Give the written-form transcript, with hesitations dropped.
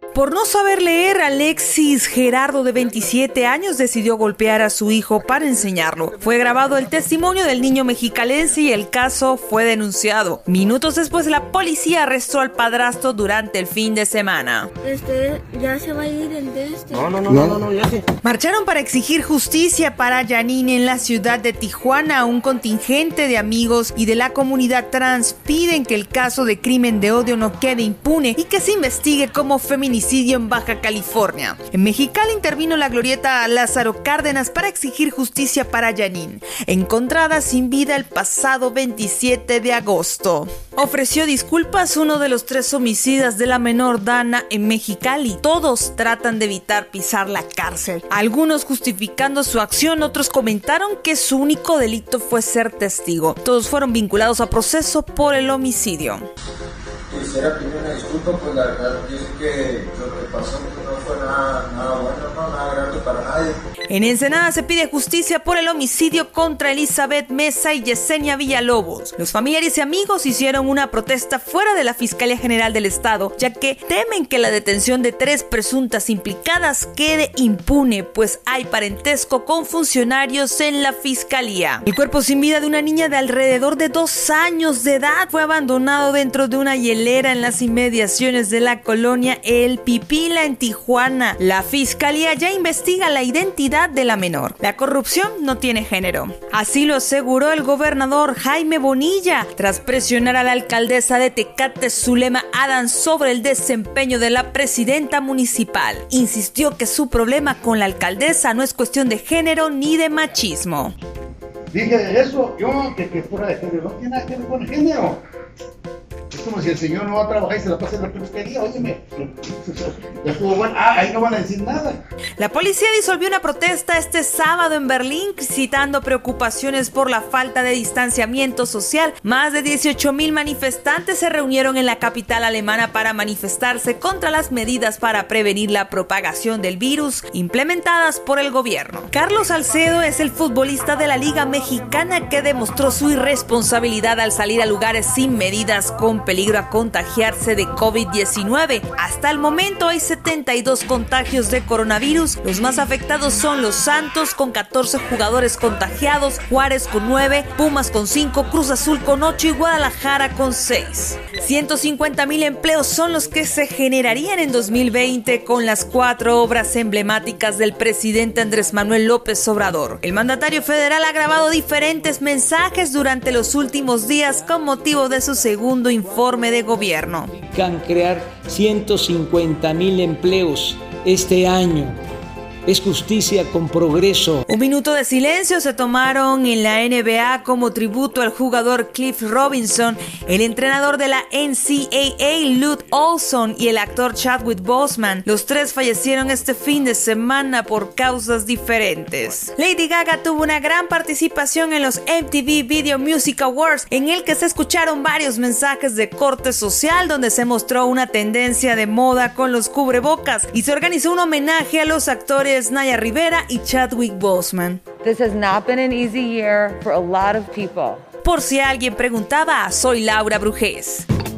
Por no saber leer, Alexis Gerardo, de 27 años, decidió golpear a su hijo para enseñarlo. Fue grabado el testimonio del niño mexicalense y el caso fue denunciado. Minutos después, la policía arrestó al padrastro durante el fin de semana. Ya se va a ir el de este. No, ya sí. Marcharon para exigir justicia para Janine en la ciudad de Tijuana. Un contingente de amigos y de la comunidad trans piden que el caso de crimen de odio no quede impune y que se investigue como feminicidio en Baja California. En Mexicali intervino la glorieta Lázaro Cárdenas para exigir justicia para Janine, encontrada sin vida el pasado 27 de agosto. Ofreció disculpas uno de los 3 homicidas de la menor Dana en Mexicali. Todos tratan de evitar pisar la cárcel. Algunos justificando su acción, otros comentaron que su único delito fue ser testigo. Todos fueron vinculados a proceso por el homicidio. Quisiera pedir una disculpa, pues la verdad es que lo que pasó no fue nada bueno, nada grato para nadie. En Ensenada se pide justicia por el homicidio contra Elizabeth Mesa y Yesenia Villalobos. Los familiares y amigos hicieron una protesta fuera de la Fiscalía General del Estado, ya que temen que la detención de 3 presuntas implicadas quede impune, pues hay parentesco con funcionarios en la Fiscalía. El cuerpo sin vida de una niña de alrededor de 2 años de edad fue abandonado dentro de una hielera en las inmediaciones de la colonia El Pipila en Tijuana. La Fiscalía ya investiga la identidad de la menor. La corrupción no tiene género. Así lo aseguró el gobernador Jaime Bonilla tras presionar a la alcaldesa de Tecate, Zulema Adams, sobre el desempeño de la presidenta municipal. Insistió que su problema con la alcaldesa no es cuestión de género ni de machismo. Dije eso, yo que fuera de género, no tiene nada que ver con género. Es como si el señor no va a trabajar y se la pasa en la peluquería. Óyeme, ya estuvo bueno. Ahí no van a decir nada. La policía disolvió una protesta este sábado en Berlín, citando preocupaciones por la falta de distanciamiento social. Más de 18,000 manifestantes se reunieron en la capital alemana para manifestarse contra las medidas para prevenir la propagación del virus implementadas por el gobierno. Carlos Salcedo es el futbolista de la Liga Mexicana que demostró su irresponsabilidad al salir a lugares sin medidas con peligro a contagiarse de COVID-19. Hasta el momento hay 72 contagios de coronavirus. Los más afectados son los Santos con 14 jugadores contagiados, Juárez con 9, Pumas con 5, Cruz Azul con 8 y Guadalajara con 6. 150,000 empleos son los que se generarían en 2020 con las 4 obras emblemáticas del presidente Andrés Manuel López Obrador. El mandatario federal ha grabado diferentes mensajes durante los últimos días con motivo de su segundo informe de gobierno. Crear 150,000 empleos este año. Es justicia con progreso. Un minuto de silencio se tomaron en la NBA como tributo al jugador Cliff Robinson, el entrenador de la NCAA Lute Olson y el actor Chadwick Boseman. Los 3 fallecieron este fin de semana por causas diferentes. Lady Gaga tuvo una gran participación en los MTV Video Music Awards, en el que se escucharon varios mensajes de corte social, donde se mostró una tendencia de moda con los cubrebocas y se organizó un homenaje a los actores Naya Rivera y Chadwick Boseman. This has not been an easy year for a lot of people. Por si alguien preguntaba, soy Laura Brujés.